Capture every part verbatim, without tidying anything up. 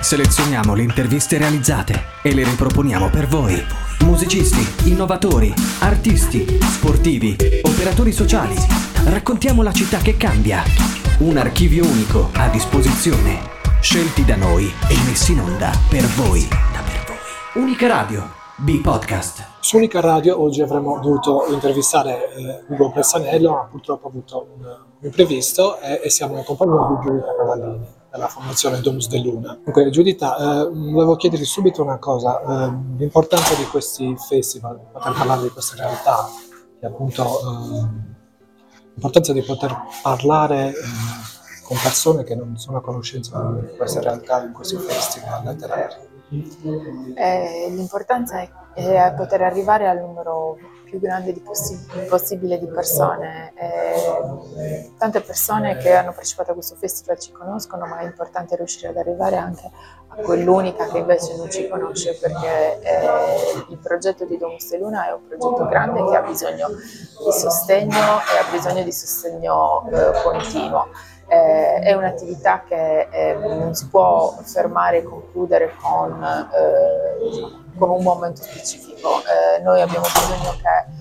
Selezioniamo le interviste realizzate e le riproponiamo per voi. Musicisti, innovatori, artisti, sportivi, operatori sociali. Raccontiamo la città che cambia. Un archivio unico a disposizione. Scelti da noi e messi in onda per voi. Unica Radio, B-Podcast. Su Unica Radio oggi avremmo dovuto intervistare eh, Ugo Bressanello, ma purtroppo ha avuto un, un imprevisto e, e siamo in compagnia di Giuditta Cavallini della Fondazione Domus Dell'Una. Dunque, Giuditta, eh, volevo chiederti subito una cosa, eh, l'importanza di questi festival, poter parlare di queste realtà, che appunto eh, l'importanza di poter parlare eh, con persone che non sono a conoscenza di queste realtà in questi festival letterari. Eh, l'importanza è, è poter arrivare al numero più grande di possi- possibile di persone. Eh, tante persone che hanno partecipato a questo festival ci conoscono, ma è importante riuscire ad arrivare anche a quell'unica che invece non ci conosce, perché eh, il progetto di Domus Dell'Una è un progetto grande che ha bisogno di sostegno e ha bisogno di sostegno eh, continuo. Eh, è un'attività che eh, non si può fermare e concludere con, eh, diciamo, con un momento specifico. Eh, noi abbiamo bisogno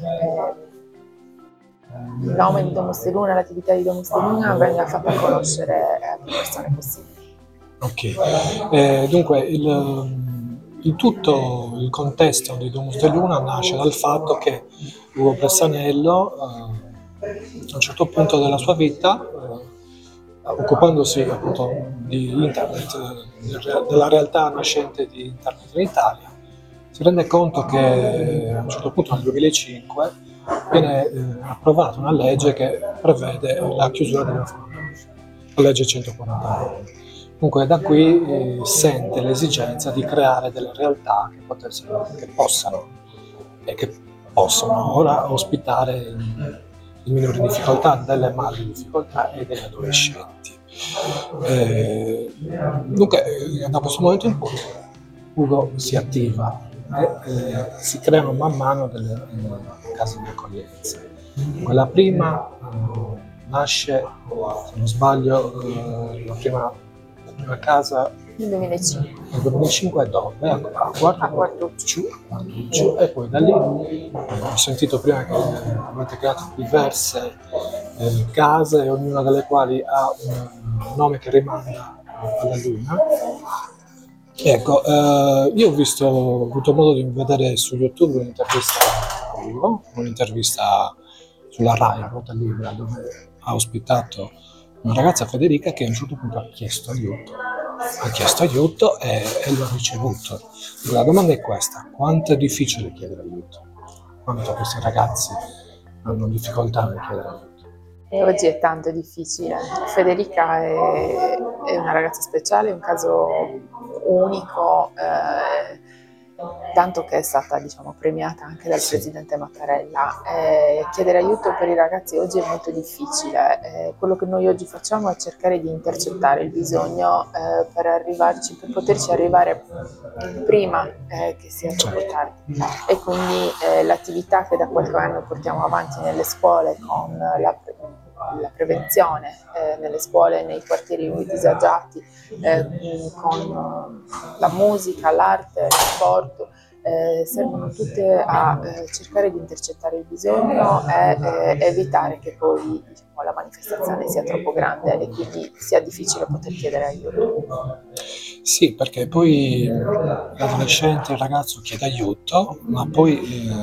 che eh, il nome di Domus Dell'Una, l'attività di Domus Dell'Una venga fatta conoscere a più persone possibili. Ok, eh, dunque il, il tutto il contesto di Domus Dell'Una nasce dal fatto che Ugo Bressanello eh, a un certo punto della sua vita, eh, occupandosi appunto di internet, della realtà nascente di internet in Italia, si rende conto che a un certo punto nel duemilacinque viene eh, approvata una legge che prevede la chiusura della fondazione, la legge centoquarantanove. Dunque da qui eh, sente l'esigenza di creare delle realtà che, potessero, che possano e che possono ora ospitare i minori in difficoltà, delle madri in difficoltà e degli adolescenti. Eh, dunque, da questo momento in poi Ugo si attiva e eh, si creano man mano delle eh, case di accoglienza. Quella prima eh, nasce, se non sbaglio, eh, la, prima, la prima casa Nel duemilacinque. nel duemilacinque è dove? A Quartuccio, e poi da lì ho sentito prima che avete creato diverse eh, case, ognuna delle quali ha un nome che rimanda alla luna. Ecco, eh, io ho visto, ho avuto modo di vedere su YouTube un'intervista a Ugo, un'intervista sulla Rai, Ruota Libera, dove ha ospitato una ragazza, Federica, che a un certo punto ha chiesto aiuto. Ha chiesto aiuto e, e lo ha ricevuto. La domanda è questa: quanto è difficile chiedere aiuto? Quanto questi ragazzi hanno difficoltà nel chiedere aiuto? E oggi è tanto difficile. Federica è, è una ragazza speciale, è un caso unico, eh, tanto che è stata, diciamo, premiata anche dal Sì. presidente Mattarella. Eh, chiedere aiuto per i ragazzi oggi è molto difficile. Eh, quello che noi oggi facciamo è cercare di intercettare il bisogno eh, per arrivarci, per poterci arrivare prima eh, che sia troppo tardi. E quindi eh, l'attività che da qualche anno portiamo avanti nelle scuole con la, la prevenzione eh, nelle scuole, nei quartieri disagiati, eh, con la musica, l'arte, lo sport, eh, servono tutte a eh, cercare di intercettare il bisogno e eh, evitare che poi, diciamo, la manifestazione sia troppo grande e quindi sia difficile poter chiedere aiuto. Sì, perché poi l'adolescente, il ragazzo chiede aiuto, ma poi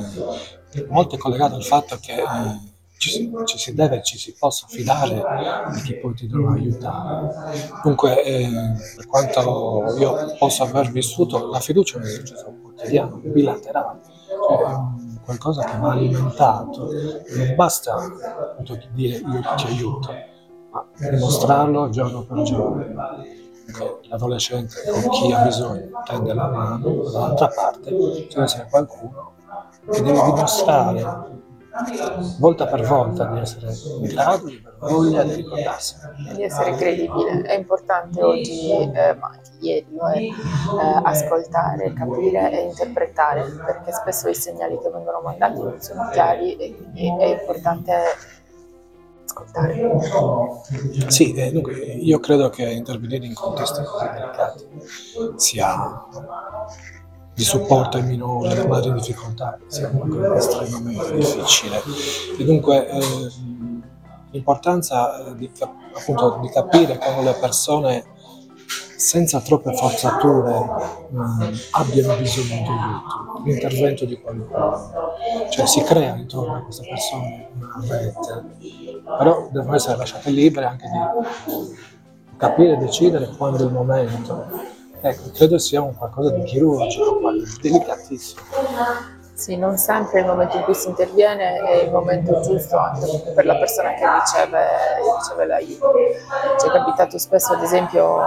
eh, molto è collegato al fatto che eh, ci, si, ci si deve, ci si possa fidare di chi poi ti dovrà aiutare. Dunque, eh, per quanto io possa aver vissuto, la fiducia è un esercizio quotidiano, bilaterale, cioè è un qualcosa che va alimentato. Non basta appunto dire io ti aiuto, ma dimostrarlo giorno per giorno. L'adolescente con chi ha bisogno tende la mano, dall'altra parte ci deve essere qualcuno che deve dimostrare volta per volta di essere in grado, di aver voglia di ricordarsi. Di essere credibile. È importante oggi, eh, ma anche ieri lo è, eh, ascoltare, capire e interpretare, perché spesso i segnali che vengono mandati non sono chiari e quindi è importante ascoltare. Sì, eh, dunque, io credo che intervenire in contesti così delicati sia di supporto ai minori, alle madri in difficoltà, sia comunque estremamente difficile. E dunque eh, l'importanza di, appunto, di capire come le persone senza troppe forzature mh, abbiano bisogno di aiuto, l'intervento di qualcuno. Cioè si crea intorno a queste persone una rete, però devono essere lasciate libere anche di capire e decidere quando è il momento. Ecco, credo sia un qualcosa di chirurgico, delicatissimo. Sì, non sempre il momento in cui si interviene è il momento giusto anche per la persona che riceve, riceve l'aiuto. Ci è capitato spesso, ad esempio,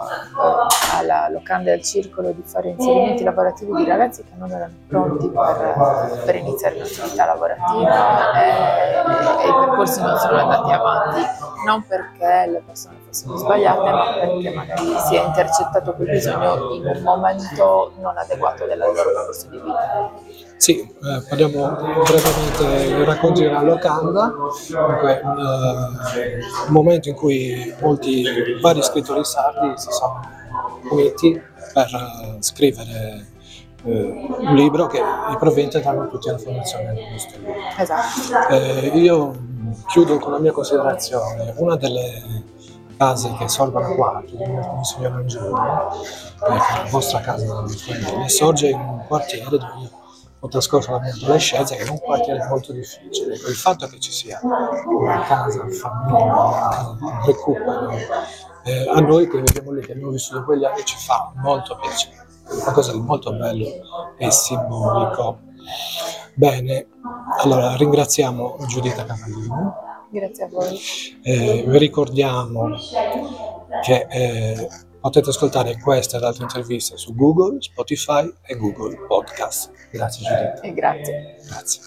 alla locanda del circolo di fare inserimenti lavorativi di ragazzi che non erano pronti per, per iniziare un'attività lavorativa e, e i percorsi non sono andati avanti, non perché le persone fossero sbagliate, ma perché magari si è intercettato quel bisogno in un momento non adeguato del loro percorso di vita. Sì, eh, parliamo brevemente dei racconti della locanda, dunque, eh, un momento in cui molti vari scrittori sardi si sono uniti per uh, scrivere uh, un libro che i proventi danno tutti alla fondazione del nostro libro. Esatto. Eh, io chiudo con la mia considerazione. Una delle case che sorgono qua, di Monsignor Angiolini, eh, la vostra casa di famiglia, sorge in un quartiere dove io ho trascorso la mia adolescenza, che è un quartiere molto difficile. Il fatto che ci sia una casa famiglia, una casa di recupero, eh, a noi che viviamo lì, che abbiamo vissuto quegli anni, ci fa molto piacere. È qualcosa di molto bello e simbolico. Bene, allora ringraziamo Giuditta Cavallini. Grazie a voi. Eh, vi ricordiamo che eh, potete ascoltare queste ed altre interviste su Google, Spotify e Google Podcast. Grazie Giuditta. E grazie. Grazie.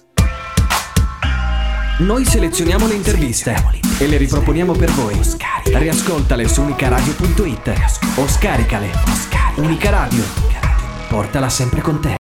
Noi selezioniamo le interviste e le riproponiamo per voi. Riascoltale su unicaradio punto it o scaricale. Unica Radio. Portala sempre con te.